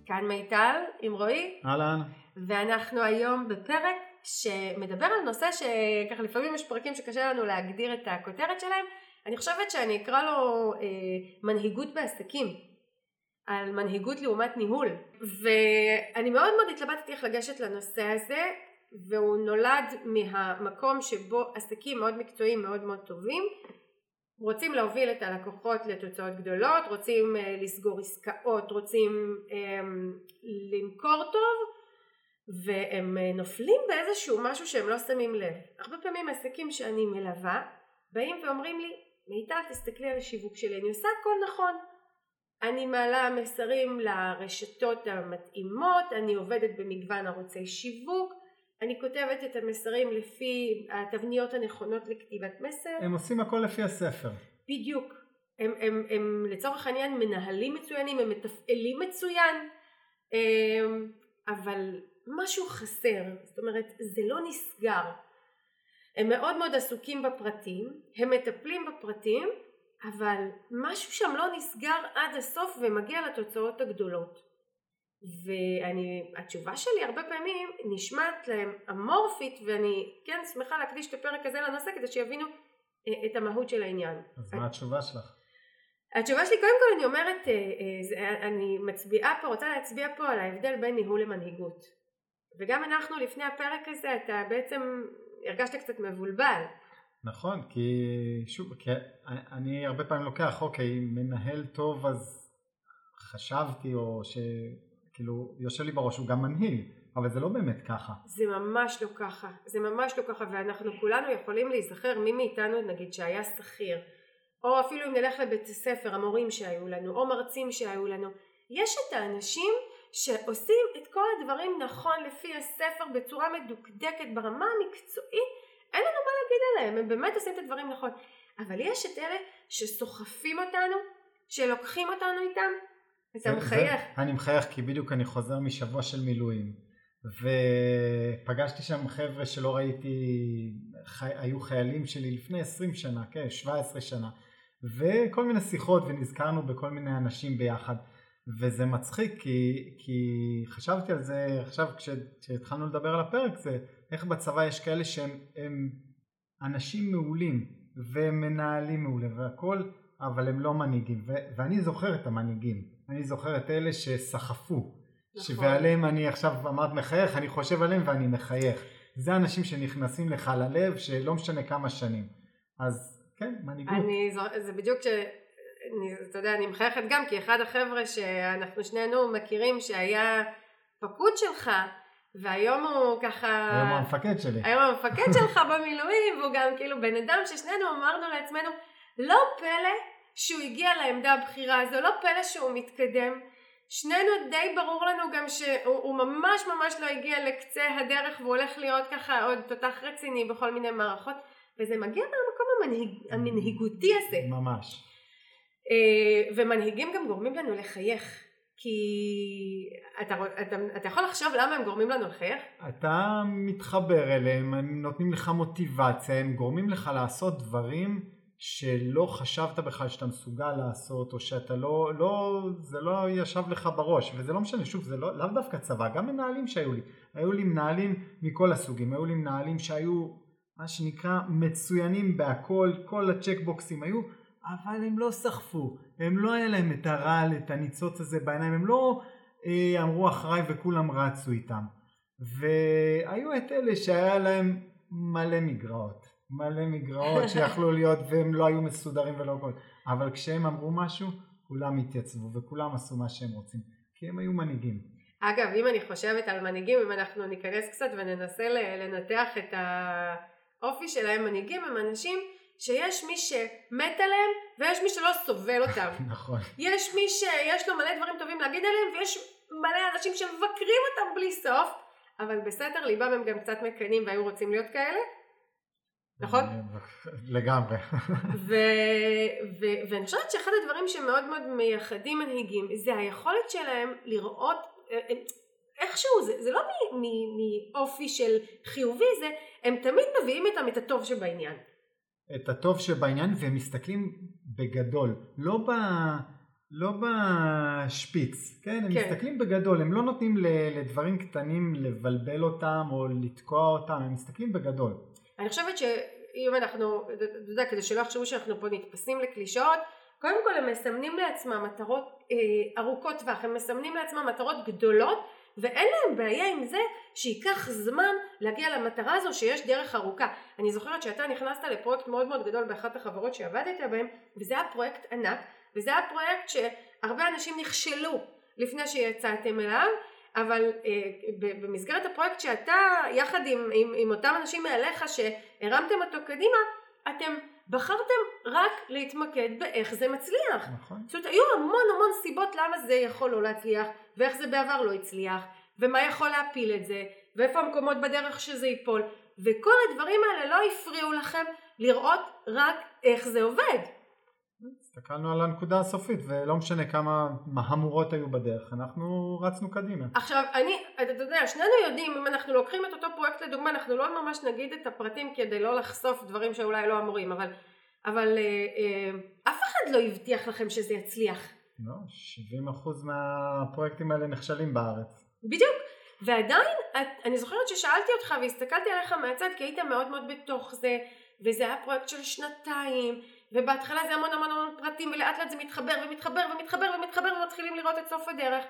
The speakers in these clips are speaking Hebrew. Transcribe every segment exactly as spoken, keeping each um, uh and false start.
כאן מיטל עם רועי. אהלן. ואנחנו היום בפרק שמדבר על נושא שככה לפעמים יש פרקים שקשה לנו להגדיר את הכותרת שלהם. אני חושבת שאני אקרא לו אה, מנהיגות בעסקים. על מנהיגות לעומת ניהול. ואני מאוד מאוד התלבטתי איך לגשת לנושא הזה, והוא נולד מהמקום שבו עסקים מאוד מקצועיים מאוד מאוד טובים, רוצים להוביל את הלקוחות לתוצאות גדולות, רוצים uh, לסגור עסקאות, רוצים um, למכור טוב, והם uh, נופלים באיזשהו משהו שהם לא שמים לב. הרבה פעמים עסקים שאני מלווה באים ואומרים לי, מיטל תסתכלי על השיווק שלי, אני עושה הכל נכון, אני מעלה מסרים לרשתות המתאימות, אני עובדת במגוון ערוצי שיווק, אני כותבת את המסרים לפי התבניות הנכונות לכתיבת מסר. הם עושים הכל לפי הספר. בדיוק. הם, הם, הם לצורך העניין מנהלים מצוינים, הם מתפעלים מצוין, אבל משהו חסר, זאת אומרת זה לא נסגר. הם מאוד מאוד עסוקים בפרטים, הם מטפלים בפרטים, אבל משהו שם לא נסגר עד הסוף ומגיע לתוצאות הגדולות. ואני, התשובה שלי הרבה פעמים נשמעת להם אמורפית, ואני כן שמחה להקדיש את הפרק הזה לנושא כדי שיבינו את המהות של העניין. אז מה התשובה שלך? התשובה שלי קודם כל אני אומרת, אני מצביעה פה, רוצה להצביע פה על ההבדל בין ניהול למנהיגות. וגם אנחנו לפני הפרק הזה, אתה בעצם הרגשת קצת מבולבל. נכון, כי שוב, כי אני הרבה פעמים לוקח, אוקיי, מנהל טוב אז חשבתי או ש... כאילו, יושב לי בראש, הוא גם מנהיג, אבל זה לא באמת ככה. זה ממש לא ככה, זה ממש לא ככה, ואנחנו כולנו יכולים להיזכר מי מאיתנו, נגיד שהיה שכיר, או אפילו אם נלך לבית הספר, המורים שהיו לנו, או מרצים שהיו לנו, יש את האנשים שעושים את כל הדברים נכון לפי הספר, בצורה מדוקדקת, ברמה המקצועית, אין לנו מה להגיד עליהם, הם באמת עושים את הדברים נכון, אבל יש את אלה שסוחפים אותנו, שלוקחים אותנו איתם, אתה מחייך. אני מחייך כי בדיוק אני חוזר משבוע של מילואים ופגשתי שם חבר'ה שלא ראיתי, חי... היו חיילים שלי לפני עשרים שנה, כן, שבע עשרה שנה, וכל מיני שיחות ונזכרנו בכל מיני אנשים ביחד, וזה מצחיק כי, כי חשבתי על זה עכשיו כשהתחלנו לדבר על הפרק, זה איך בצבא יש כאלה שהם הם אנשים מעולים ומנהלים מעולים והכל, אבל הם לא מנהיגים, ו... ואני זוכר את המנהיגים, אני זוכר את אלה שסחפו, נכון. ועליהם אני עכשיו אמרת מחייך, אני חושב עליהם ואני מחייך. זה אנשים שנכנסים לך ללב שלא משנה כמה שנים. אז כן, מנהיגות. אני, זה בדיוק ש... אני, אתה יודע, אני מחייכת גם, כי אחד החבר'ה שאנחנו שנינו מכירים שהיה פקוד שלך, והיום הוא ככה... היום הוא המפקד שלי. היום הוא המפקד שלך במילואים, והוא גם כאילו בן אדם ששנינו אמרנו לעצמנו, לא פלא שהוא הגיע לעמדה הבחירה הזו, לא פלא שהוא מתקדם. שנינו די ברור לנו גם שהוא ממש ממש לא הגיע לקצה הדרך, והוא הולך להיות ככה עוד תותח רציני בכל מיני מערכות, וזה מגיע מהמקום המנהיג, המנהיגותי הזה. ממש. ומנהיגים גם גורמים לנו לחייך, כי אתה, אתה, אתה יכול לחשוב למה הם גורמים לנו לחייך? אתה מתחבר אליהם, הם נותנים לך מוטיבציה, הם גורמים לך לעשות דברים שלא חשבת בכלל שאתה מסוגל לעשות, או שאתה לא, לא, זה לא ישב לך בראש, וזה לא משנה, שוב, זה לא, לאו דווקא צבא, גם מנהלים שהיו לי, היו לי מנהלים מכל הסוגים, היו לי מנהלים שהיו, מה שנקרא, מצוינים בהכל, כל הצ'קבוקסים היו, אבל הם לא סחפו, הם לא היה להם את הרעל, את הניצוץ הזה בעיניים, הם לא אה, אמרו אחריי וכולם רצו איתם, והיו את אלה שהיה להם מלא מגרעות, מלא מגרעות שיכלו להיות והם לא היו מסודרים ולא כל, אבל כשהם אמרו משהו כולם התייצבו וכולם עשו מה שהם רוצים כי הם היו מנהיגים. אגב, אם אני חושבת על מנהיגים, אם אנחנו ניכנס קצת וננסה לנתח את האופי שלהם, מנהיגים הם אנשים שיש מי שמת עליהם ויש מי שלא סובל אותם. נכון. יש מי שיש לו מלא דברים טובים להגיד עליהם ויש מלא אנשים שמבקרים אותם בלי סוף, אבל בסתר ליבם הם גם קצת מקנים והיו רוצים להיות כאלה. נכון? לגמרי. ואני חושבת שאחד הדברים שמאוד מאוד מייחדים מנהיגים זה היכולת שלהם לראות איכשהו, זה לא מאופי של חיובי, זה הם תמיד מביאים איתם את הטוב שבעניין. את הטוב שבעניין והם מסתכלים בגדול, לא ב... לא בשפיץ, כן? הם כן. מסתכלים בגדול, הם לא נותנים לדברים קטנים לבלבל אותם או לתקוע אותם, הם מסתכלים בגדול. אני חושבת שאם אנחנו, אתה יודע, כדי שלא יחשבו שאנחנו פה נתפסים לקלישאות, קודם כל הם מסמנים לעצמם מטרות אה, ארוכות טווח, הם מסמנים לעצמם מטרות גדולות, ואין להם בעיה עם זה שייקח זמן להגיע למטרה הזו שיש דרך ארוכה. אני זוכרת שאתה נכנסת לפרויקט מאוד מאוד גדול באחת החברות שעבדת בהם, וזה היה פרויקט ענק, וזה היה פרויקט שהרבה אנשים נכשלו לפני שיצאתם אליו, אבל אה, במסגרת הפרויקט שאתה יחד עם, עם, עם אותם אנשים מעליך שהרמתם אותו קדימה, אתם בחרתם רק להתמקד באיך זה מצליח. נכון. זאת אומרת, היו המון המון סיבות למה זה יכול לא להצליח, ואיך זה בעבר לא הצליח, ומה יכול להפיל את זה, ואיפה המקומות בדרך שזה ייפול, וכל הדברים האלה לא הפריעו לכם לראות רק איך זה עובד. הסתכלנו על הנקודה הסופית, ולא משנה כמה מהמורות היו בדרך, אנחנו רצנו קדימה. עכשיו, אני, אתה יודע, שנינו יודעים, אם אנחנו לוקחים את אותו פרויקט לדוגמה, אנחנו לא ממש נגיד את הפרטים כדי לא לחשוף דברים שאולי לא אמורים, אבל, אבל אה, אה, אף אחד לא הבטיח לכם שזה יצליח. לא, שבעים אחוז מהפרויקטים האלה נכשלים בארץ. בדיוק, ועדיין, אני זוכרת ששאלתי אותך והסתכלתי עליך מהצד, כי היית מאוד מאוד בתוך זה, וזה היה פרויקט של שנתיים, ובהתחלה זה המון המון המון פרטים, ולאט לאט זה מתחבר ומתחבר ומתחבר ומתחבר, ומתחילים לראות את סוף הדרך.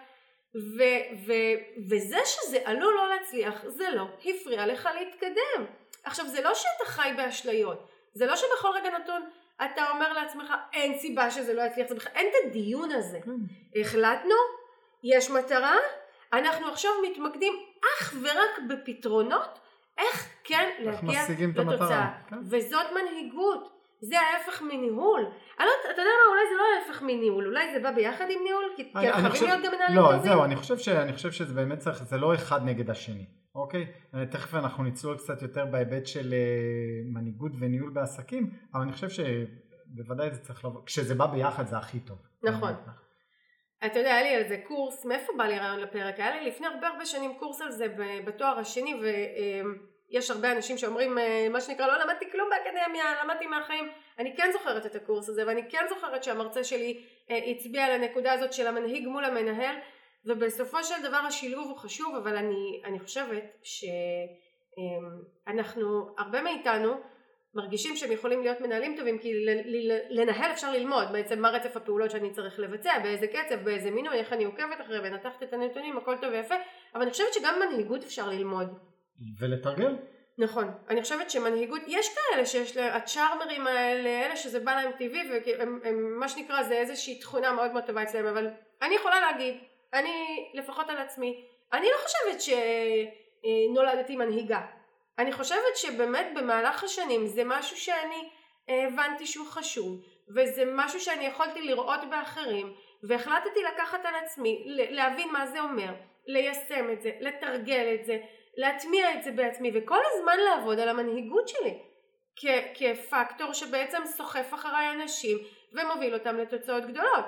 ו- ו- וזה שזה עלול לא להצליח, זה לא הפריע לך להתקדם. עכשיו, זה לא שאתה חי באשליות, זה לא שבכל רגע נתון אתה אומר לעצמך, אין סיבה שזה לא יצליח, זה בכלל, אין את הדיון הזה. החלטנו, יש מטרה, אנחנו עכשיו מתמקדים אך ורק בפתרונות, איך כן להגיע לתוצאה. וזאת מנהיגות. זה ההפך מניהול. אתה יודע מה, אולי זה לא ההפך מניהול, אולי זה בא ביחד עם ניהול, כי אנחנו חייבים להיות גם מנהלים טובים. לא, זהו, אני חושב ש, אני חושב שזה באמת צריך, זה לא אחד נגד השני, אוקיי? תכף אנחנו נצלול קצת יותר בהיבט של מנהיגות וניהול בעסקים, אבל אני חושב שבוודאי זה צריך לבוא, כשזה בא ביחד זה הכי טוב. נכון. אתה יודע, היה לי על זה קורס, מאיפה בא לי רעיון לפרק? היה לי לפני הרבה הרבה שנים קורס על זה בתואר השני, ו... יש הרבה אנשים שאומרים, מה שנקרא, לא למדתי כלום באקדמיה, למדתי מהחיים. אני כן זוכרת את הקורס הזה, ואני כן זוכרת שהמרצה שלי הצביע על הנקודה הזאת של המנהיג מול המנהל, ובסופו של דבר השילוב הוא חשוב, אבל אני, אני חושבת שאנחנו, הרבה מאיתנו, מרגישים שהם יכולים להיות מנהלים טובים, כי לנהל אפשר ללמוד, בעצם מה רצף הפעולות שאני צריך לבצע, באיזה קצב, באיזה מינוי, איך אני עוקבת אחרי, ונתחת את הנתונים, הכל טוב ויפה, אבל אני חושבת שגם מנהיגות אפשר ללמוד. ולתרגל? נכון, אני חושבת שמנהיגות, יש כאלה שיש לה, הצ'ארמרים האלה, אלה שזה בא להם טבעי, ומה שנקרא זה איזושהי תכונה מאוד מאוד טובה אצלם, אבל אני יכולה להגיד, אני לפחות על עצמי, אני לא חושבת שנולדתי מנהיגה, אני חושבת שבאמת במהלך השנים זה משהו שאני הבנתי שהוא חשוב, וזה משהו שאני יכולתי לראות באחרים, והחלטתי לקחת על עצמי, להבין מה זה אומר, ליישם את זה, לתרגל את זה, להטמיע את זה בעצמי, וכל הזמן לעבוד על המנהיגות שלי כ- כפקטור שבעצם סוחף אחריי אנשים ומוביל אותם לתוצאות גדולות.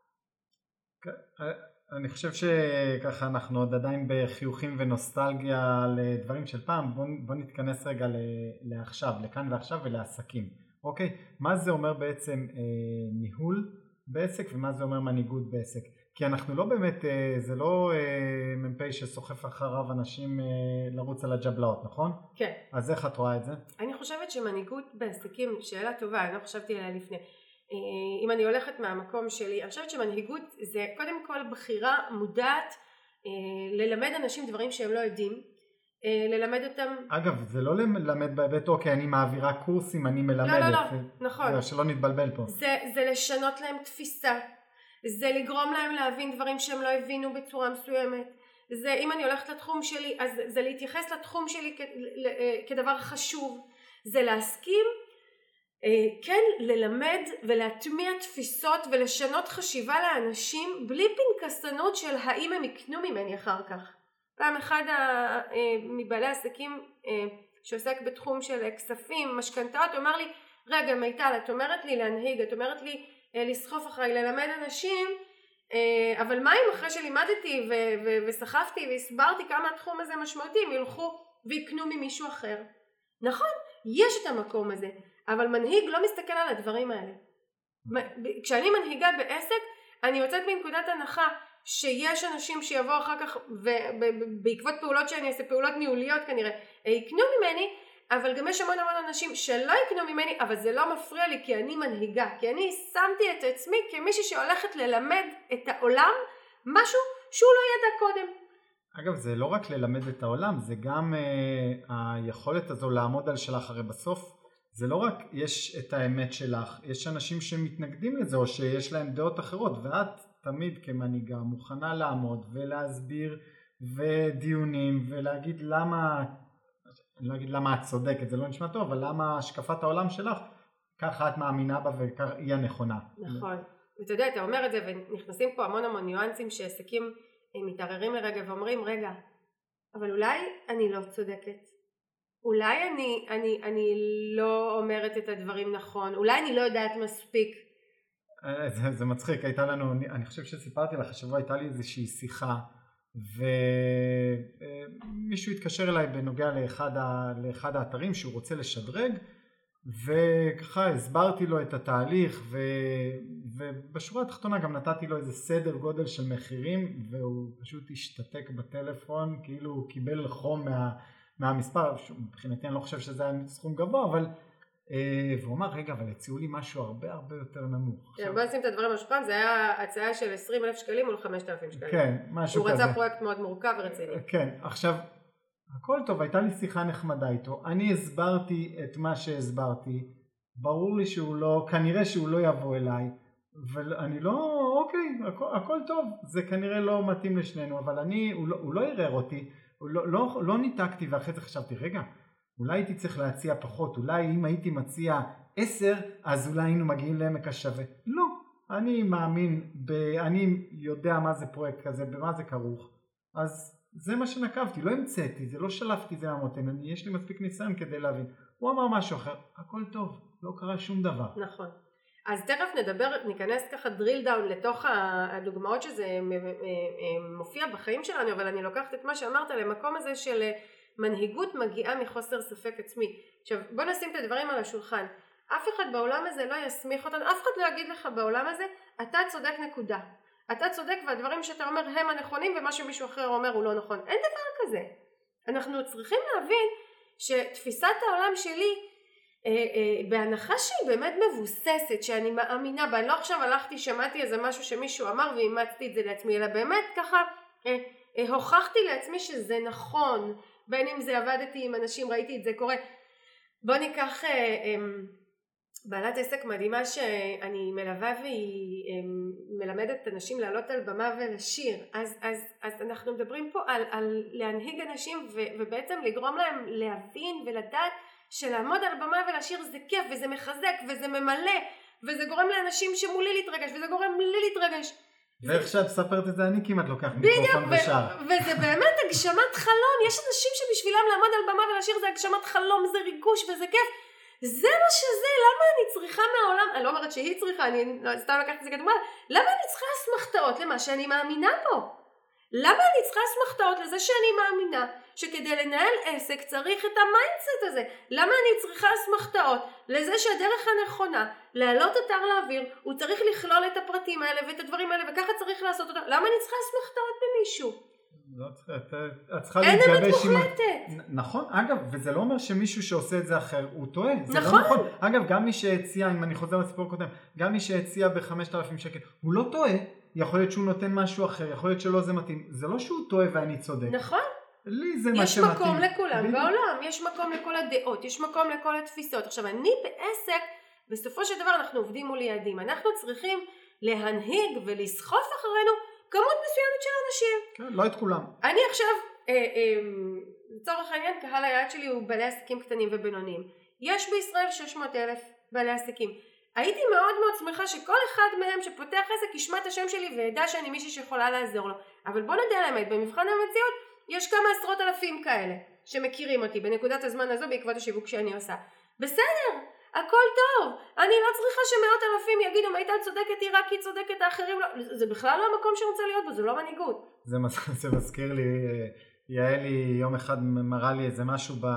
אני חושב שככה אנחנו עוד עדיין בחיוכים ונוסטלגיה לדברים של פעם. בוא, בוא נתכנס רגע לעכשיו, לכאן ועכשיו ולעסקים. אוקיי, מה זה אומר בעצם אה, ניהול בעסק ומה זה אומר מנהיגות בעסק? כי אנחנו לא באמת, זה לא מ"פ שסוחף אחריו אנשים לרוץ על הג'בלאות, נכון? כן. אז איך את רואה את זה? אני חושבת שמנהיגות בעסקים, שאלה טובה, אני לא חשבתי עליה לפני. אם אני הולכת מהמקום שלי, אני חושבת שמנהיגות זה קודם כל בחירה מודעת ללמד אנשים דברים שהם לא יודעים, ללמד אותם... אגב, זה לא ללמד בהיבט, אוקיי, אני מעבירה קורסים, אני מלמדת. לא, לא, לא, נכון. זה שלא נתבלבל פה. זה, זה לשנות להם תפיסה. זה לגרום להם להבין דברים שהם לא הבינו בצורה מסוימת. זה, אם אני הולכת לתחום שלי, אז זה להתייחס לתחום שלי כ, כדבר חשוב. זה להסכים, כן, ללמד ולהטמיע תפיסות ולשנות חשיבה לאנשים בלי פנקסנות של האם הם יקנו ממני אחר כך. פעם אחד מבעלי העסקים שעוסק בתחום של כספים, משכנתאות, הוא אמר לי, רגע מיטל, את אומרת לי להנהיג, את אומרת לי לסחוף אחריי, ללמד אנשים, אבל מה אם אחרי שלימדתי ו- ו- וסחפתי והסברתי כמה התחום הזה משמעותי, הם ילכו ויקנו ממישהו אחר. נכון, יש את המקום הזה, אבל מנהיג לא מסתכל על הדברים האלה. כשאני מנהיגה בעסק, אני יוצאת מנקודת הנחה שיש אנשים שיבואו אחר כך ובעקבות פעולות שאני אעשה, פעולות ניהוליות כנראה, יקנו ממני, אבל גם יש המון המון אנשים שלא יקנו ממני, אבל זה לא מפריע לי כי אני מנהיגה, כי אני שמתי את עצמי כמישהי שהולכת ללמד את העולם משהו שהוא לא ידע קודם. אגב, זה לא רק ללמד את העולם, זה גם uh, היכולת הזו לעמוד על שלך, הרי בסוף זה לא רק יש את האמת שלך, יש אנשים שמתנגדים לזה או שיש להם דעות אחרות, ואת תמיד כמנהיגה מוכנה לעמוד ולהסביר ודיונים ולהגיד למה, אני לא אגיד למה את צודקת, זה לא נשמע טוב, אבל למה השקפת העולם שלך, ככה את מאמינה בה וככה היא הנכונה. נכון, ואתה יודע, אתה אומר את זה ונכנסים פה המון המון ניואנסים שעסקים מתערערים לרגע ואומרים, רגע, אבל אולי אני לא צודקת. אולי אני, אני, אני לא אומרת את הדברים נכון, אולי אני לא יודעת מספיק. זה, זה מצחיק, הייתה לנו, אני חושב שסיפרתי לך, השבוע הייתה לי איזושהי שיחה, ומישהו התקשר אליי בנוגע לאחד, ה, לאחד האתרים שהוא רוצה לשדרג, וככה הסברתי לו את התהליך, ו, ובשורה התחתונה גם נתתי לו איזה סדר גודל של מחירים, והוא פשוט השתתק בטלפון, כאילו הוא קיבל חום מה... מהמספר, מבחינתי אני לא חושב שזה היה סכום גבוה, אבל והוא אמר, רגע, אבל הציעו לי משהו הרבה הרבה יותר נמוך. בוא נשים את הדברים על השולחן, זה היה הצעה של עשרים אלף שקלים מול חמשת אלפים שקלים. כן, משהו כזה. הוא רצה פרויקט מאוד מורכב ורציני. כן, עכשיו, הכל טוב, הייתה לי שיחה נחמדה איתו, אני הסברתי את מה שהסברתי, ברור לי שהוא לא, כנראה שהוא לא יבוא אליי, ואני לא, אוקיי, הכל, הכל טוב, זה כנראה לא מתאים לשנינו, אבל אני, הוא לא, הוא לא ערער אותי, לא, לא, לא ניתקתי, ואחרי זה חשבתי, רגע, אולי הייתי צריך להציע פחות, אולי אם הייתי מציע עשר, אז אולי היינו מגיעים לעמק השווה. לא, אני מאמין, ב, אני יודע מה זה פרויקט כזה, במה זה כרוך, אז זה מה שנקבתי, לא המצאתי, זה לא שלפתי זה מהמותן, אני, יש לי מספיק ניסיון כדי להבין. הוא אמר משהו אחר, הכל טוב, לא קרה שום דבר. נכון. אז תכף נדבר, ניכנס ככה drill down לתוך הדוגמאות שזה מופיע בחיים שלנו, אבל אני לוקחת את מה שאמרת למקום הזה של מנהיגות מגיעה מחוסר ספק עצמי. עכשיו בוא נשים את הדברים על השולחן, אף אחד בעולם הזה לא יסמיך אותנו, אף אחד לא יגיד לך בעולם הזה, אתה צודק נקודה. אתה צודק והדברים שאתה אומר הם הנכונים ומה שמישהו אחר אומר הוא לא נכון. אין דבר כזה. אנחנו צריכים להבין שתפיסת העולם שלי, אה, אה, בהנחה שהיא באמת מבוססת, שאני מאמינה בה, לא עכשיו הלכתי, שמעתי איזה משהו שמישהו אמר ואימצתי את זה לעצמי, אלא באמת ככה אה, אה, הוכחתי לעצמי שזה נכון, בין אם זה עבדתי עם אנשים, ראיתי את זה קורה. בוא ניקח אה, אה, בעלת עסק מדהימה שאני מלווה והיא מלמדת אנשים לעלות על במה ולשיר, אז, אז, אז אנחנו מדברים פה על, על להנהיג אנשים ו, ובעצם לגרום להם להבין ולדעת שלעמוד על במה ולשיר זה כיף וזה מחזק וזה ממלא וזה גורם לאנשים שמולי להתרגש וזה גורם לי להתרגש. ואיך שאת ספרת את זה אני כמעט לוקח מיקרופון ושר. וזה באמת הגשמת חלום, יש אנשים שבשבילם לעמוד על במה ולשיר זה הגשמת חלום, זה ריגוש וזה כיף. זה מה שזה, למה אני צריכה מהעולם, אני לא אומרת שהיא צריכה, אני סתם לקחת את זה כדוגמה, למה אני צריכה אסמכתאות למה שאני מאמינה בו? למה אני צריכה אסמכתאות לזה שאני מאמינה שכדי לנהל עסק צריך את המיינדסט הזה? למה אני צריכה אסמכתאות לזה שהדרך הנכונה להעלות אתר לאוויר הוא צריך לכלול את הפרטים האלה ואת הדברים האלה וככה צריך לעשות אותם? למה אני צריכה אסמכתאות במישהו? לא צריכה, את צריכה להתגבש עם... אין אמת מוחלטת. נכון, אגב, וזה לא אומר שמישהו שעושה את זה אחר, הוא טועה. זה נכון. לא נכון. אגב, גם מי שהציע, אם אני חוזר לסיפור קודם, גם מי שהציע ב-חמשת אלפים שקל, הוא לא טועה. יכול להיות שהוא נותן משהו אחר, יכול להיות שלא זה מתאים. זה לא שהוא טועה ואני צודק. נכון. לי זה מה שמתאים. יש מקום לכולם בעולם, יש מקום לכל הדעות, יש מקום לכל התפיסות. עכשיו, אני בעסק, בסופו של דבר אנחנו עובדים מול יעדים. אנחנו צריכים להנהיג ולסחוף אחרינו כמות מסוימת של אנשים. כן, לא את כולם. אני עכשיו, אה, אה, לצורך העניין, קהל היעד שלי הוא בעלי עסקים קטנים ובינוניים. יש בישראל שש מאות אלף בעלי עסקים. הייתי מאוד מאוד שמחה שכל אחד מהם שפותח עסק ישמע את השם שלי וידע שאני מישהי שיכולה לעזור לו. אבל בוא נדע לאמת, במבחן המציאות יש כמה עשרות אלפים כאלה שמכירים אותי בנקודת הזמן הזו בעקבות השיווק שאני עושה. בסדר, הכל טוב, אני לא צריכה שמאות אלפים יגידו מיטל צודקת, היא רק היא צודקת, האחרים לא, זה בכלל לא המקום שרוצה להיות בו, זה לא מנהיגות. זה, זה מזכיר לי, יעלי יום אחד מראה לי איזה משהו ב,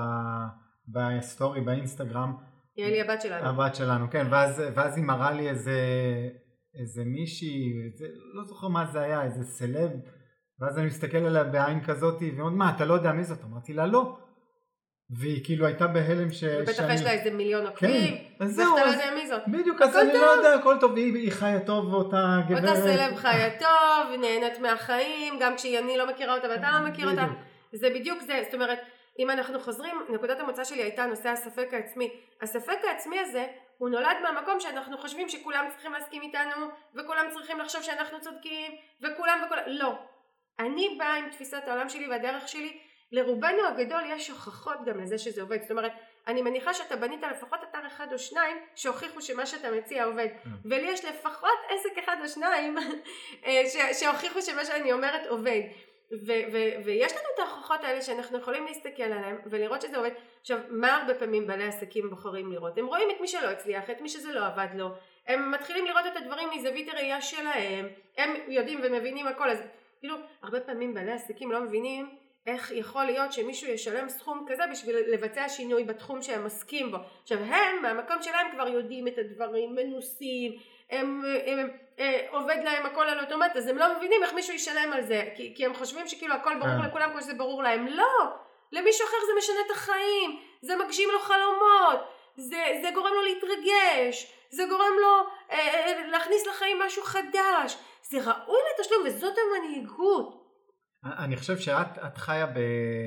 בסטורי באינסטגרם. יעלי הבת שלנו. הבת שלנו, כן, ואז, ואז היא מראה לי איזה, איזה מישהי, זה, לא זוכר מה זה היה, איזה סלב, ואז אני מסתכל עליה בעין כזאת, ואומרת, מה, אתה לא יודע מי זאת? אמרתי לה, לא. והיא כאילו הייתה בהלם ש... ובטח שאני... יש לה איזה מיליון עוקבים, כן, אז זהו, ואתה לא אז... יודע מי זאת. בדיוק, אז אני טוב. לא יודע, הכל טוב, היא, היא חיה טוב, ואותה גברת... אותה סלב חיה טוב, נהנית מהחיים, גם כשאני לא מכירה אותה ואתה לא מכיר אותה. זה בדיוק זה, זאת אומרת, אם אנחנו חוזרים, נקודת המוצא שלי הייתה נושא הספק העצמי. הספק העצמי הזה, הוא נולד מהמקום שאנחנו חושבים שכולם צריכים להסכים איתנו, וכולם צריכים לחשוב שאנחנו צודקים, וכולם וכולם, לא. אני באה עם תפיסת העולם שלי והדרך שלי, לרובנו הגדול יש הוכחות גם לזה שזה עובד. זאת אומרת, אני מניחה שאתה בנית לפחות אתר אחד או שניים שהוכיחו שמה שאתה מציע עובד. ולי יש לפחות עסק אחד או שניים שהוכיחו שמה שאני אומרת עובד. ו- ו- ויש לנו את ההוכחות האלה שאנחנו יכולים להסתכל עליהם ולראות שזה עובד. עכשיו, מה הרבה פעמים בעלי עסקים בוחרים לראות? הם רואים את מי שלא הצליח, את מי שזה לא עבד לו. הם מתחילים לראות את הדברים מזווית הראייה שלהם. הם יודעים ומבינים הכל. אז כאילו, הרבה פעמים בעלי עסקים לא מבינים איך יכול להיות שמישהו ישלם סכום כזה בשביל לבצע שינוי בתחום שהם מסכים בו. עכשיו, הם מהמקום שלהם כבר יודעים את הדברים, מנוסים, הם, הם, הם, הם, עובד להם הכל על אוטומט, אז הם לא מבינים איך מישהו ישלם על זה, כי, כי הם חושבים שכאילו הכל ברור לכולם כמו שזה ברור להם. לא! למישהו אחר זה משנה את החיים, זה מגשים לו חלומות, זה, זה גורם לו להתרגש, זה גורם לו אה, אה, להכניס לחיים משהו חדש, זה ראוי לתשלום, וזאת המנהיגות. אני חושב שאת את חיה ב...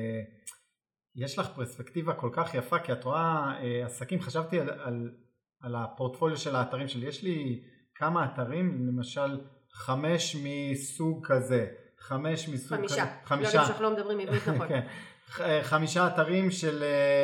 יש לך פרספקטיבה כל כך יפה, כי את רואה עסקים, חשבתי על, על, על הפורטפוליו של האתרים שלי, יש לי כמה אתרים, למשל חמש מסוג כזה, חמש מסוג חמישה, כזה, חמישה, לא שאנחנו לא מדברים עברית נכון. כן. חמישה אתרים של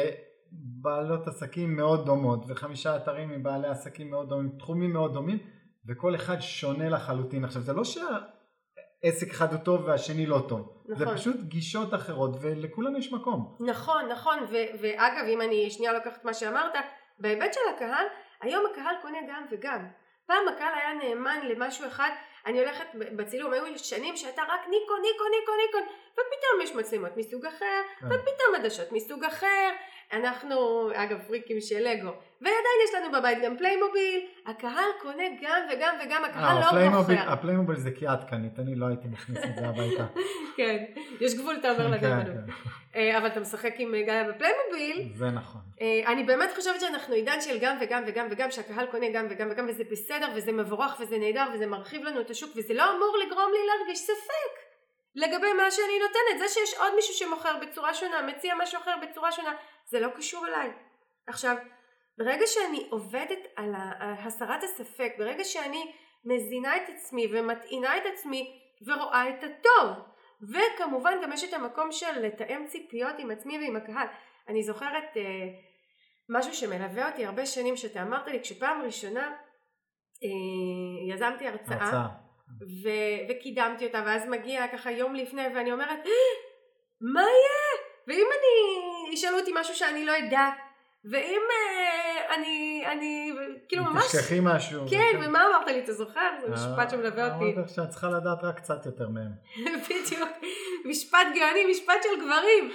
בעלות עסקים מאוד דומות, וחמישה אתרים מבעלי עסקים מאוד דומים, תחומים מאוד דומים, וכל אחד שונה לחלוטין. עכשיו זה לא שה... עסק אחד הוא טוב והשני לא טוב. נכון. זה פשוט גישות אחרות ולכולם יש מקום. נכון, נכון. ו- ואגב, אם אני שנייה לוקחת מה שאמרת, בהיבט של הקהל, היום הקהל קונה גם וגם. פעם הקהל היה נאמן למשהו אחד, אני הולכת בצילום, היו שנים שאתה רק ניקו, ניקו, ניקו, ניקו, ופתאום יש מצלמות מסוג אחר, ופתאום עדשות מסוג אחר. אנחנו, אגב, פריקים של לגו, ועדיין יש לנו בבית גם פליימוביל. הקהל קונה גם וגם וגם, הקהל לא בוחר. הפליימוביל זה כי את קנית, אני לא הייתי מכניס את זה הביתה. כן, יש גבול, אתה אומר לדמנו. אבל אתה משחק עם גליה בפליימוביל. זה נכון. אני באמת חושבת שאנחנו עידן של גם וגם וגם וגם, שהקהל קונה גם וגם וגם, וזה בסדר, וזה מבורך, וזה נהדר, וזה מרחיב לנו את השוק, וזה לא אמור לגרום לי להרגיש ספק לגבי מה שאני נותנת. זה שיש עוד מישהו שמוכר בצורה שונה, מציע משהו אחר בצורה שונה, זה לא קשור אליי. עכשיו, ברגע שאני עובדת על הסרת הספק, ברגע שאני מזינה את עצמי ומטעינה את עצמי ורואה את הטוב, וכמובן גם יש את המקום של לתאם ציפיות עם עצמי ועם הקהל. אני זוכרת אה, משהו שמלווה אותי הרבה שנים שאתה אמרת לי, כשפעם ראשונה אה, יזמתי הרצאה, הרצאה. ו- וקידמתי אותה, ואז מגיע ככה יום לפני ואני אומרת, מה יהיה? ואם אני ישאלו אותי משהו שאני לא יודע, ואם אה, אני, אני, כאילו ממש... תשכחי משהו. כן, ומה אמרת לי, אתה זוכר? זה משפט שמלווה אותי. אמרת שאת צריכה לדעת רק קצת יותר מהם. בדיוק, משפט גאוני, משפט של גברים.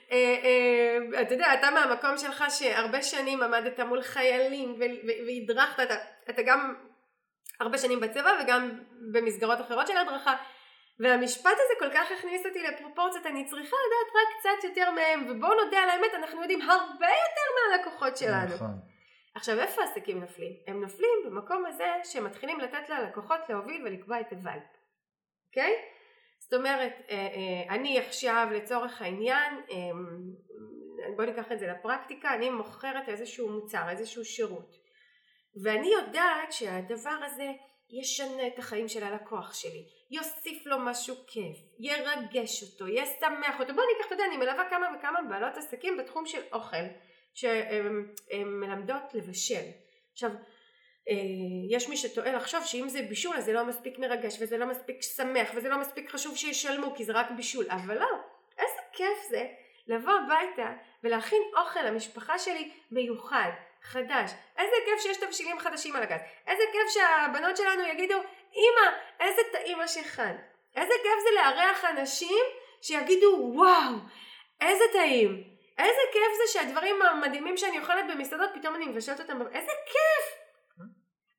אתה יודע, אתה מהמקום שלך שהרבה שנים עמדת מול חיילים והדרכת, אתה גם הרבה שנים בצבא וגם במסגרות אחרות של הדרכה, והמשפט הזה כל כך הכניס אותי לפרופורציות, אני צריכה לדעת רק קצת יותר מהם, ובואו נודה על האמת, אנחנו יודעים הרבה יותר מהלקוחות שלנו. נכון. עכשיו, איפה עסקים נופלים? הם נופלים במקום הזה שמתחילים לתת ללקוחות להוביל ולקבוע את הווייב. אוקיי? זאת אומרת, אני עכשיו לצורך העניין, בואו ניקח את זה לפרקטיקה, אני מוכרת איזשהו מוצר, איזשהו שירות, ואני יודעת שהדבר הזה ישנה את החיים של הלקוח שלי, יוסיף לו משהו כיף, ירגש אותו, ישמח אותו. בואו ניקח, אתה יודע, אני מלווה כמה וכמה בעלות עסקים בתחום של אוכל, שהן מלמדות לבשל. עכשיו, יש מי שטועה לחשוב שאם זה בישול אז זה לא מספיק מרגש וזה לא מספיק שמח וזה לא מספיק חשוב שישלמו כי זה רק בישול, אבל לא, איזה כיף זה לבוא הביתה ולהכין אוכל למשפחה שלי מיוחד, חדש. איזה כיף שיש תבשילים חדשים על הגז, איזה כיף שהבנות שלנו יגידו, אמא, איזה טעים מה שהכנת. איזה כיף זה לארח אנשים שיגידו, וואו, איזה טעים. איזה כיף זה שהדברים המדהימים שאני אוכלת במסעדות פתאום אני מבשלת אותם, איזה כיף.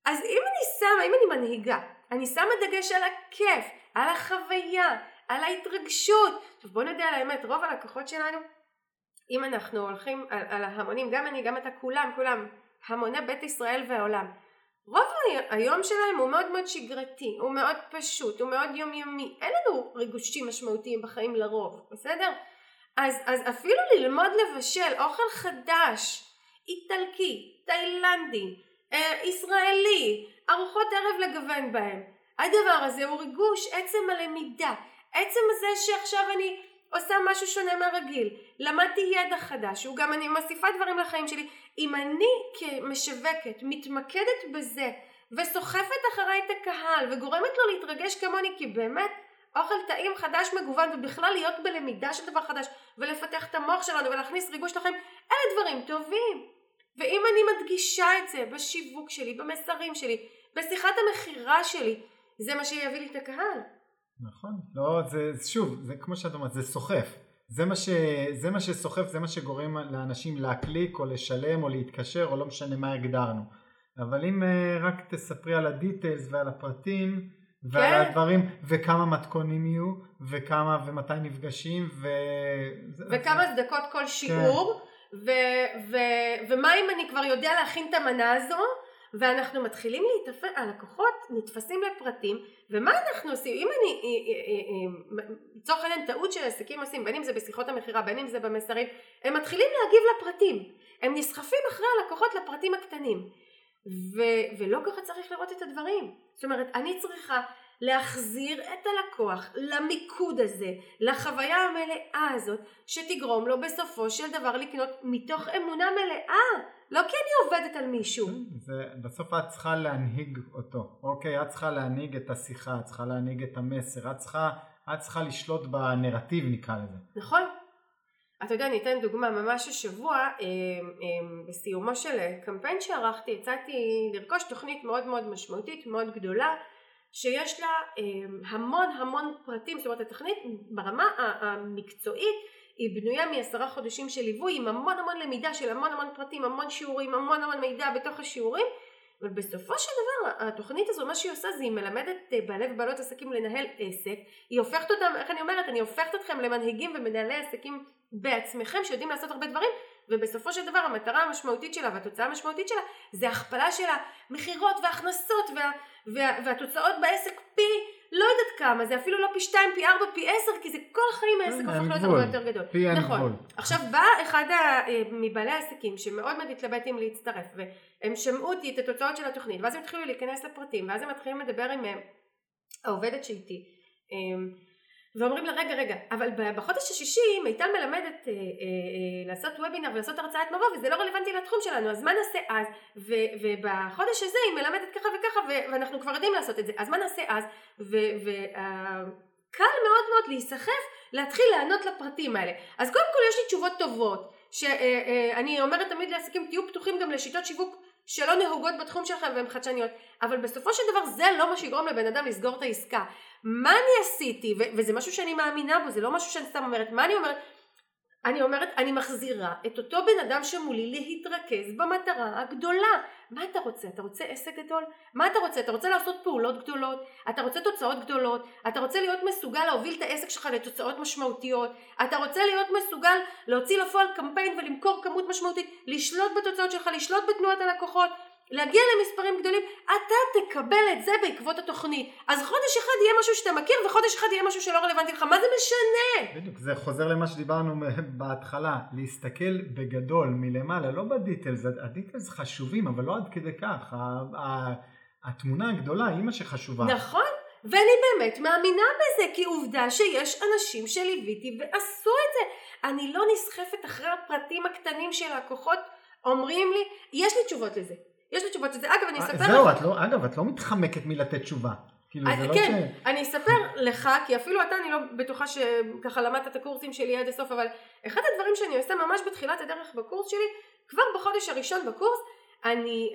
אז אם אני שמה, אם אני מנהיגה, אני שמה דגש על הכיף, על החוויה, על ההתרגשות. עכשיו בוא נדע על האמת, רוב הלקוחות שלנו, אם אנחנו הולכים על, על ההמונים, גם אני, גם אתה, כולם, כולם, המוני בית ישראל והעולם, רוב היום שלהם הוא מאוד מאוד שגרתי, הוא מאוד פשוט, הוא מאוד יומיומי, אין לנו ריגושים משמעותיים בחיים לרוב, בסדר? אז, אז אפילו ללמוד לבשל אוכל חדש, איטלקי, תאילנדי, אה, ישראלי, ארוחות ערב לגוון בהם, הדבר הזה הוא ריגוש, עצם הלמידה, עצם הזה שעכשיו אני עושה משהו שונה מהרגיל, למדתי ידע חדש, וגם אני מוסיפה דברים לחיים שלי. אם אני כמשווקת מתמקדת בזה וסוחפת אחריי את הקהל וגורמת לו להתרגש כמוני, כי באמת אוכל טעים חדש מגוון ובכלל להיות בלמידה של דבר חדש ולפתח את המוח שלנו ולהכניס ריגוש לחיים, אלה דברים טובים. ואם אני מדגישה את זה בשיווק שלי, במסרים שלי, בשיחת המחירה שלי, זה מה שיביא לי את הקהל. נכון, לא, זה שוב, זה כמו שאת אומרת, זה סוחף, זה מה ש, זה מה שסוחף, זה מה שגורם לאנשים להקליק או לשלם או להתקשר או לא משנה מה הגדרנו. אבל אם רק תספרי על הדיטלס ועל הפרטים ועל כן. הדברים וכמה מתכונים יהיו וכמה ומתי נפגשים ו... וכמה זה... דקות כל שיעור כן. ו... ו... ומה אם אני כבר יודע להכין את המנה הזו ואנחנו מתחילים להתפס, הלקוחות נתפסים לפרטים, ומה אנחנו עושים? אם אני, לצורך העניין טעות של עסקים עושים, בין אם זה בשיחות המחירה, בין אם זה במסרים, הם מתחילים להגיב לפרטים, הם נסחפים אחרי הלקוחות לפרטים הקטנים, ו- ולא ככה צריך לראות את הדברים. זאת אומרת, אני צריכה להחזיר את הלקוח למיקוד הזה, לחוויה המלאה הזאת, שתגרום לו בסופו של דבר לקנות מתוך אמונה מלאה, לא כי אני עובדת על מישהו. זה, בסוף את צריכה להנהיג אותו, אוקיי? את צריכה להנהיג את השיחה, את צריכה להנהיג את המסר, את צריכה, את צריכה לשלוט בנרטיב נקרא לזה. נכון. אתה יודע, אני אתן דוגמה, ממש השבוע, אה, אה, בסיומו של קמפיין שערכתי, הצעתי לרכוש תוכנית מאוד מאוד משמעותית, מאוד גדולה, שיש לה אה, המון המון פרטים, זאת אומרת התוכנית ברמה המקצועית היא בנויה מעשרה חודשים של ליווי עם המון המון למידה של המון המון פרטים, המון שיעורים, המון המון מידע בתוך השיעורים, אבל בסופו של דבר התוכנית הזו מה שהיא עושה זה היא מלמדת בעלי ובעלות עסקים לנהל עסק, היא הופכת אותם, איך אני אומרת, אני הופכת אתכם למנהיגים ומנהלי עסקים בעצמכם שיודעים לעשות הרבה דברים, ובסופו של דבר המטרה המשמעותית שלה והתוצאה המשמעותית שלה זה הכפלה של המחירות וההכנסות וה, וה, והתוצאות בעסק פי לא יודעת כמה, זה אפילו לא פי שתיים, פי ארבע, פי עשר, כי זה כל החיים העסק הופך להיות הרבה יותר גדול. פי אין נכון. גבול. עכשיו בא אחד מבעלי העסקים שמאוד מאוד התלבטים להצטרף, והם שמעו אותי את התוצאות של התוכנית, ואז הם התחילו להיכנס לפרטים, ואז הם מתחילים לדבר עם העובדת שאיתי. ואומרים לה רגע רגע, אבל בחודש השישי מיטל מלמדת אה, אה, לעשות וובינר ולעשות הרצאת מבוא וזה לא רלוונטי לתחום שלנו, אז מה נעשה אז? ו- ובחודש הזה היא מלמדת ככה וככה ו- ואנחנו כבר יודעים לעשות את זה, אז מה נעשה אז? וקל אה, מאוד מאוד להיסחף להתחיל לענות לפרטים האלה. אז קודם כל יש לי תשובות טובות, שאני אה, אה, אומרת תמיד לעסקים תהיו פתוחים גם לשיטות שיווק שלא נהוגות בתחום שלכם והן חדשניות, אבל בסופו של דבר זה לא מה שיגרום לבן אדם לסגור את העסקה. מה אני עשיתי, ו- וזה משהו שאני מאמינה בו, זה לא משהו שאני סתם אומרת, מה אני אומרת? אני אומרת, אני מחזירה את אותו בן אדם שמולי להתרכז במטרה הגדולה. מה אתה רוצה? אתה רוצה עסק גדול? מה אתה רוצה? אתה רוצה לעשות פעולות גדולות? אתה רוצה תוצאות גדולות? אתה רוצה להיות מסוגל להוביל את העסק שלך לתוצאות משמעותיות? אתה רוצה להיות מסוגל להוציא לפועל קמפיין ולמכור כמות משמעותית? לשלוט בתוצאות שלך, לשלוט בתנועת הלקוחות? להגיע למספרים גדולים? אתה תקבל את זה בעקבות התוכנית. אז חודש אחד יהיה משהו שאתה מכיר וחודש אחד יהיה משהו שלא רלוונטי לך. מה זה משנה? בדיוק, זה חוזר למה שדיברנו בהתחלה, להסתכל בגדול מלמעלה, לא בדיטלס, הדיטלס חשובים אבל לא עד כדי כך, התמונה הגדולה היא מה שחשובה. נכון, ואני באמת מאמינה בזה, כי עובדה שיש אנשים שליוויתי ועשו את זה. אני לא נסחפת אחרי הפרטים הקטנים של לקוחות אומרים לי, יש לי תשובות לזה. יש לי תשובות לזה. אגב, אני אספר לך... זהו, את לא, אגב, את לא מתחמקת מלתת תשובה. כאילו, זה לא ש... כן, אני אספר לך, כי אפילו אתה, אני לא בטוחה שככה למדת את הקורסים שלי עד הסוף, אבל אחד הדברים שאני עושה ממש בתחילת הדרך בקורס שלי, כבר בחודש הראשון בקורס, אני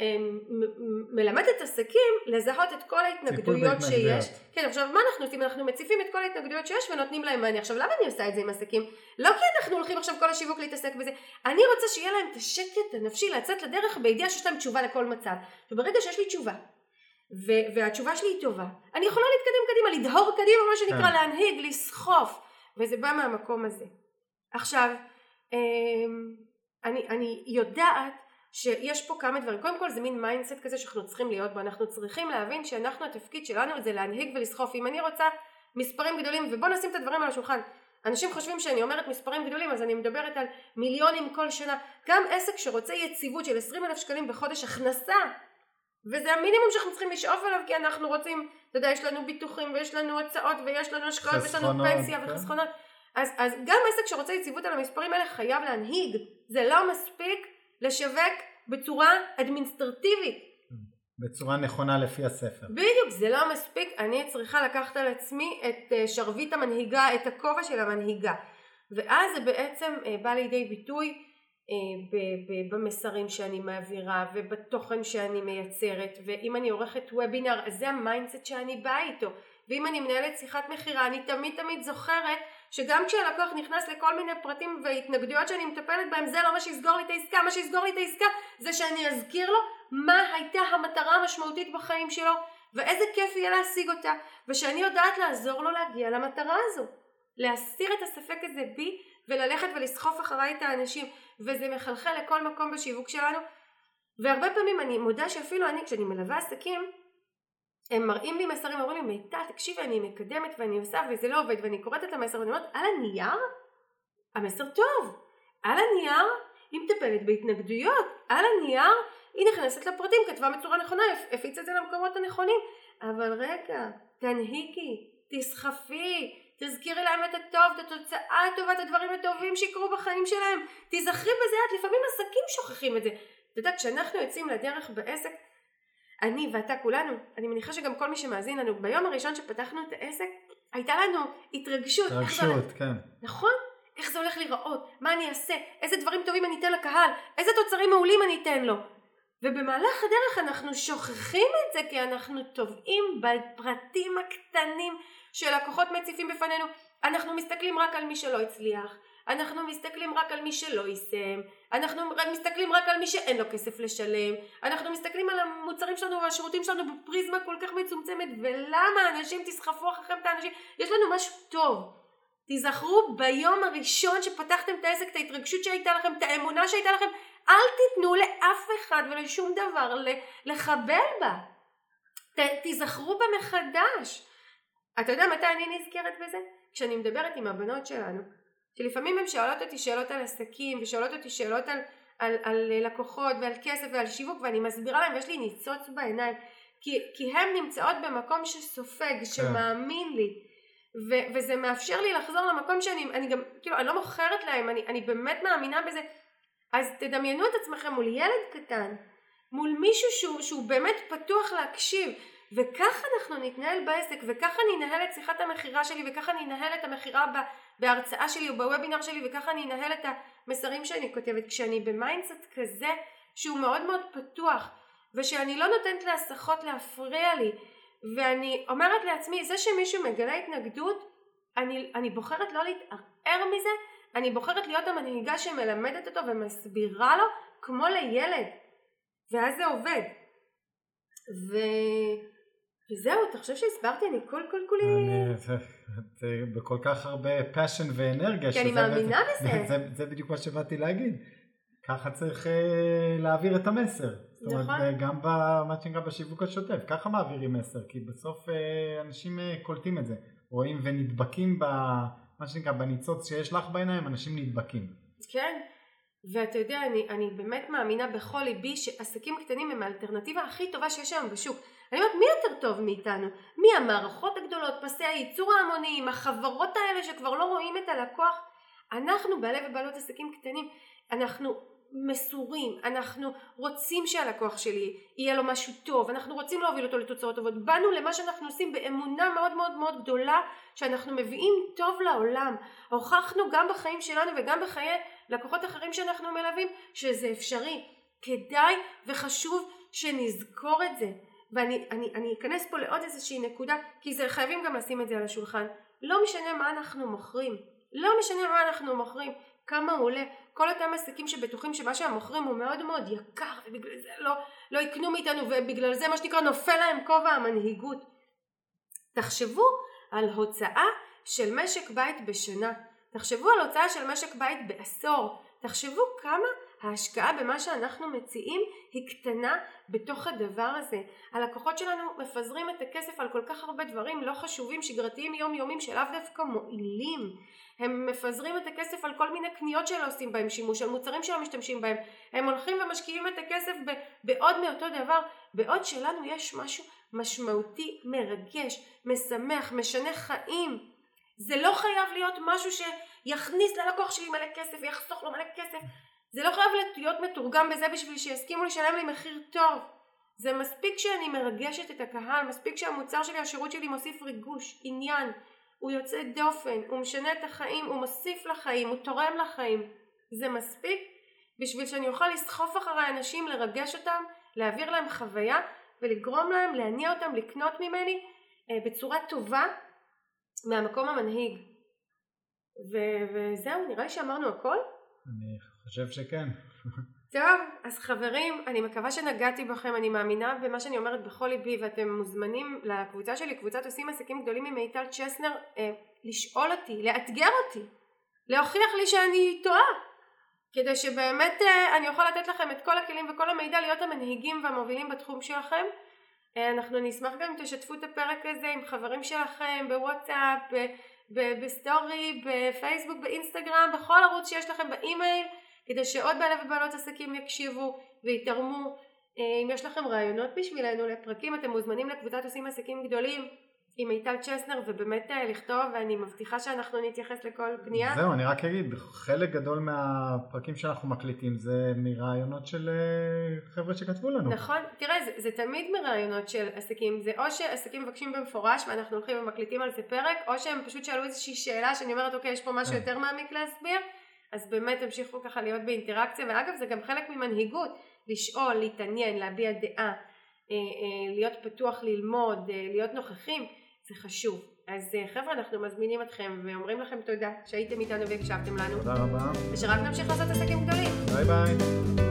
מלמדת עסקים לזהות את כל ההתנגדויות שיש. כן, עכשיו מה אנחנו עושים? אנחנו מציפים את כל ההתנגדויות שיש ונותנים להם מענה. עכשיו למה אני עושה את זה עם עסקים? לא כי אנחנו הולכים עכשיו כל השיווק להתעסק בזה. אני רוצה שיהיה להם את השקט הנפשי לצאת לדרך בידיעה שיש להם תשובה לכל מצב. וברגע שיש לי תשובה, ו- והתשובה שלי היא טובה. אני יכולה להתקדם קדימה, לדהור קדימה, מה שנקרא להנהיג, לסחוף, וזה בא מהמקום הזה. עכשיו, אני, אני יודעת שיש פה כמה דברים. קודם כל זה מין מיינדסט כזה שאנחנו צריכים להיות בו. אנחנו צריכים להבין שאנחנו, התפקיד שלנו זה להנהיג ולסחוף. אם אני רוצה מספרים גדולים, ובוא נשים את הדברים על השולחן. אנשים חושבים שאני אומרת מספרים גדולים, אז אני מדברת על מיליונים כל שנה. גם עסק שרוצה יציבות של עשרים אלף שקלים בחודש הכנסה, וזה המינימום שאנחנו צריכים לשאוף אליו, כי אנחנו רוצים, אתה יודע, יש לנו ביטוחים ויש לנו הצעות ויש לנו השקעות ויש לנו פנסיה כן. וחסכונות. אז, אז גם עסק שרוצה יציבות על המספרים האלה חייב להנהיג. זה לא מספיק לשווק בצורה אדמיניסטרטיבית. בצורה נכונה לפי הספר. בדיוק, זה לא מספיק. אני צריכה לקחת על עצמי את שרביט המנהיגה, את הכובע של המנהיגה. ואז זה בעצם בא לידי ביטוי במסרים שאני מעבירה ובתוכן שאני מייצרת. ואם אני עורכת וובינר, אז זה המיינדסט שאני באה איתו. ואם אני מנהלת שיחת מחירה, אני תמיד תמיד זוכרת שגם כשהלקוח נכנס לכל מיני פרטים והתנגדויות שאני מטפלת בהם, זה לא מה שיסגור לי את העסקה. מה שיסגור לי את העסקה זה שאני אזכיר לו מה הייתה המטרה המשמעותית בחיים שלו ואיזה כיף יהיה להשיג אותה, ושאני יודעת לעזור לו להגיע למטרה הזו, להסיר את הספק הזה בי וללכת ולסחוף אחריי את האנשים, וזה מחלחל לכל מקום בשיווק שלנו. והרבה פעמים אני מודה שאפילו אני, כשאני מלווה עסקים, הם מראים לי מסרים, אומרים לי, מיטל, תקשיבי, אני מקדמת ואני עושה וזה לא עובד, ואני קוראת את המסר ואני אומרת, על הנייר? המסר טוב. על הנייר היא מטפלת בהתנגדויות. על הנייר היא נכנסת לפרטים, כתבה בצורה נכונה, הפיץ את זה למקומות הנכונים. אבל רגע, תנהיגי, תסחפי, תזכירי להם את הטוב, את התוצאה הטובה, את הדברים הטובים שיקרו בחיים שלהם. תזכרי בזה, את לפעמים עסקים שוכחים את זה. אתה יודע, כשאנחנו יוצאים לדרך בעסק, אני ואתה כולנו, אני מניחה שגם כל מי שמאזין לנו, ביום הראשון שפתחנו את העסק, הייתה לנו התרגשות. התרגשות, כן. נכון? איך זה הולך להיראות? מה אני אעשה? איזה דברים טובים אני אתן לקהל? איזה תוצרים מעולים אני אתן לו? ובמהלך הדרך אנחנו שוכחים את זה, כי אנחנו טובעים בפרטים הקטנים שלקוחות מציפים בפנינו. אנחנו מסתכלים רק על מי שלא הצליח. אנחנו מסתכלים רק על מי שלא יישם, אנחנו מסתכלים רק על מי שאין לו כסף לשלם, אנחנו מסתכלים על המוצרים שלנו והשירותים שלנו בפריזמה כל כך מצומצמת. ולמה אנשים תסחפו אחריכם את האנשים? יש לנו משהו טוב. תזכרו ביום הראשון שפתחתם את העסק, את ההתרגשות שהייתה לכם, את האמונה שהייתה לכם, אל תיתנו לאף אחד ולשום דבר לחבל בה. ת, תזכרו בה מחדש. אתה יודע מתי אני נזכרת בזה? כשאני מדברת עם הבנות שלנו, שלפעמים הן שואלות אותי שאלות על עסקים ושואלות אותי שאלות על, על, על לקוחות ועל כסף ועל שיווק, ואני מסבירה להם ויש לי ניצוץ בעיניים, כי, כי הן נמצאות במקום שסופג, שמאמין לי, ו, וזה מאפשר לי לחזור למקום שאני אני גם, כאילו, אני לא מוכרת להם, אני, אני באמת מאמינה בזה. אז תדמיינו את עצמכם מול ילד קטן, מול מישהו שהוא, שהוא באמת פתוח להקשיב, וככה אנחנו נתנהל בעסק, וככה אני אנהל את שיחת המחירה שלי, וככה אני אנהל את המחירה בהרצאה שלי או בוובינר שלי, וככה אני אנהל את המסרים שאני כותבת. כשאני במיינדסט כזה שהוא מאוד מאוד פתוח, ושאני לא נותנת להסחות להפריע לי, ואני אומרת לעצמי, זה שמישהו מגלה התנגדות, אני, אני בוחרת לא להתערער מזה, אני בוחרת להיות המנהיגה שמלמדת אותו ומסבירה לו כמו לילד, ואז זה עובד. ו... וזהו, אתה חושב שהסברתי? אני כל כל כולי... אני, זה, זה, בכל כך הרבה passion ואנרגיה. כי אני מאמינה זה, בזה. זה, זה, זה בדיוק מה שבאתי להגיד. ככה צריך uh, להעביר את המסר. נכון. זאת אומרת, גם במה שנקרא בשיווק השוטף, ככה מעבירים מסר, כי בסוף uh, אנשים uh, קולטים את זה. רואים ונדבקים במה שנקרא בניצוץ שיש לך בעיניים, אנשים נדבקים. כן. ואתה יודע, אני, אני באמת מאמינה בכל ליבי שעסקים קטנים הם האלטרנטיבה הכי טובה שיש היום בשוק. אני אומרת, מי יותר טוב מאיתנו? מי המערכות הגדולות, פסי הייצור ההמוניים, החברות האלה שכבר לא רואים את הלקוח? אנחנו בעלי ובעלות עסקים קטנים, אנחנו מסורים, אנחנו רוצים שהלקוח שלי יהיה לו משהו טוב, אנחנו רוצים להוביל אותו לתוצאות טובות, באנו למה שאנחנו עושים באמונה מאוד מאוד מאוד גדולה, שאנחנו מביאים טוב לעולם. הוכחנו גם בחיים שלנו וגם בחיי לקוחות אחרים שאנחנו מלווים, שזה אפשרי. כדאי וחשוב שנזכור את זה. ואני אני, אני אכנס פה לעוד איזושהי נקודה, כי זה חייבים גם לשים את זה על השולחן. לא משנה מה אנחנו מוכרים, לא משנה מה אנחנו מוכרים, כמה הוא עולה. כל אותם עסקים שבטוחים שמה שהם מוכרים הוא מאוד מאוד יקר, ובגלל זה לא, לא יקנו מאיתנו, ובגלל זה מה שנקרא נופל להם כובע המנהיגות. תחשבו על הוצאה של משק בית בשנה. תחשבו על הוצאה של משק בית בעשור. תחשבו כמה ההשקעה במה שאנחנו מציעים היא קטנה בתוך הדבר הזה. הלקוחות שלנו מפזרים את הכסף על כל כך הרבה דברים לא חשובים, שגרתיים יומיומיים שלאו דווקא מועילים. הם מפזרים את הכסף על כל מיני קניות שלא עושים בהם שימוש, על מוצרים שלא משתמשים בהם. הם הולכים ומשקיעים את הכסף בעוד מאותו דבר, בעוד שלנו יש משהו משמעותי, מרגש, משמח, משנה חיים. זה לא חייב להיות משהו שיכניס ללקוח שלי מלא כסף ויחסוך לו מלא כסף. זה לא חייב להיות מתורגם בזה בשביל שיסכימו לשלם לי מחיר טוב. זה מספיק שאני מרגשת את הקהל, מספיק שהמוצר שלי, השירות שלי מוסיף ריגוש, עניין, הוא יוצא דופן, הוא משנה את החיים, הוא מוסיף לחיים, הוא תורם לחיים. זה מספיק בשביל שאני אוכל לסחוף אחרי אנשים, לרגש אותם, להעביר להם חוויה ולגרום להם, להניע אותם, לקנות ממני בצורה טובה מהמקום המנהיג. ו- וזהו, נראה לי שאמרנו הכל. אני חושב שכן. טוב, אז חברים, אני מקווה שנגעתי בכם, אני מאמינה במה שאני אומרת בכל ליבי, ואתם מוזמנים לקבוצה שלי, קבוצת עושים עסקים גדולים עם מיטל צ'סנר, אה, לשאול אותי, לאתגר אותי, להוכיח לי שאני טועה, כדי שבאמת אה, אני אוכל לתת לכם את כל הכלים וכל המידע להיות המנהיגים והמובילים בתחום שלכם. אה, אנחנו נשמח גם תשתפו את הפרק הזה עם חברים שלכם, בוואטסאפ, ב- ב- בסטורי, בפייסבוק, באינסטגרם, בכל ערוץ שיש לכם, באימייל, כדי שעוד בעלי ובעלות עסקים יקשיבו ויתרמו. אם יש לכם רעיונות בשבילנו לפרקים, אתם מוזמנים לקבוצת עושים עסקים גדולים עם מיטל צ'סנר, ובאמת לכתוב, ואני מבטיחה שאנחנו נתייחס לכל פנייה. זהו, אני רק אגיד, חלק גדול מהפרקים שאנחנו מקליטים זה מרעיונות של חבר'ה שכתבו לנו. נכון, תראה, זה, זה תמיד מרעיונות של עסקים, זה או שעסקים מבקשים במפורש ואנחנו הולכים ומקליטים על זה פרק, או שהם פשוט שאלו איזושהי שאלה שאני אומרת, אוקיי, יש פה משהו יותר מעמיק להסביר, אז באמת תמשיכו ככה להיות באינטראקציה, ואגב זה גם חלק ממנהיגות, לשאול, להתעניין, להביע דעה, להיות פתוח ללמוד, להיות נוכחים, זה חשוב. אז חבר'ה, אנחנו מזמינים אתכם ואומרים לכם תודה שהייתם איתנו והקשבתם לנו. תודה רבה. ושרק נמשיך לעשות עסקים גדולים. ביי ביי.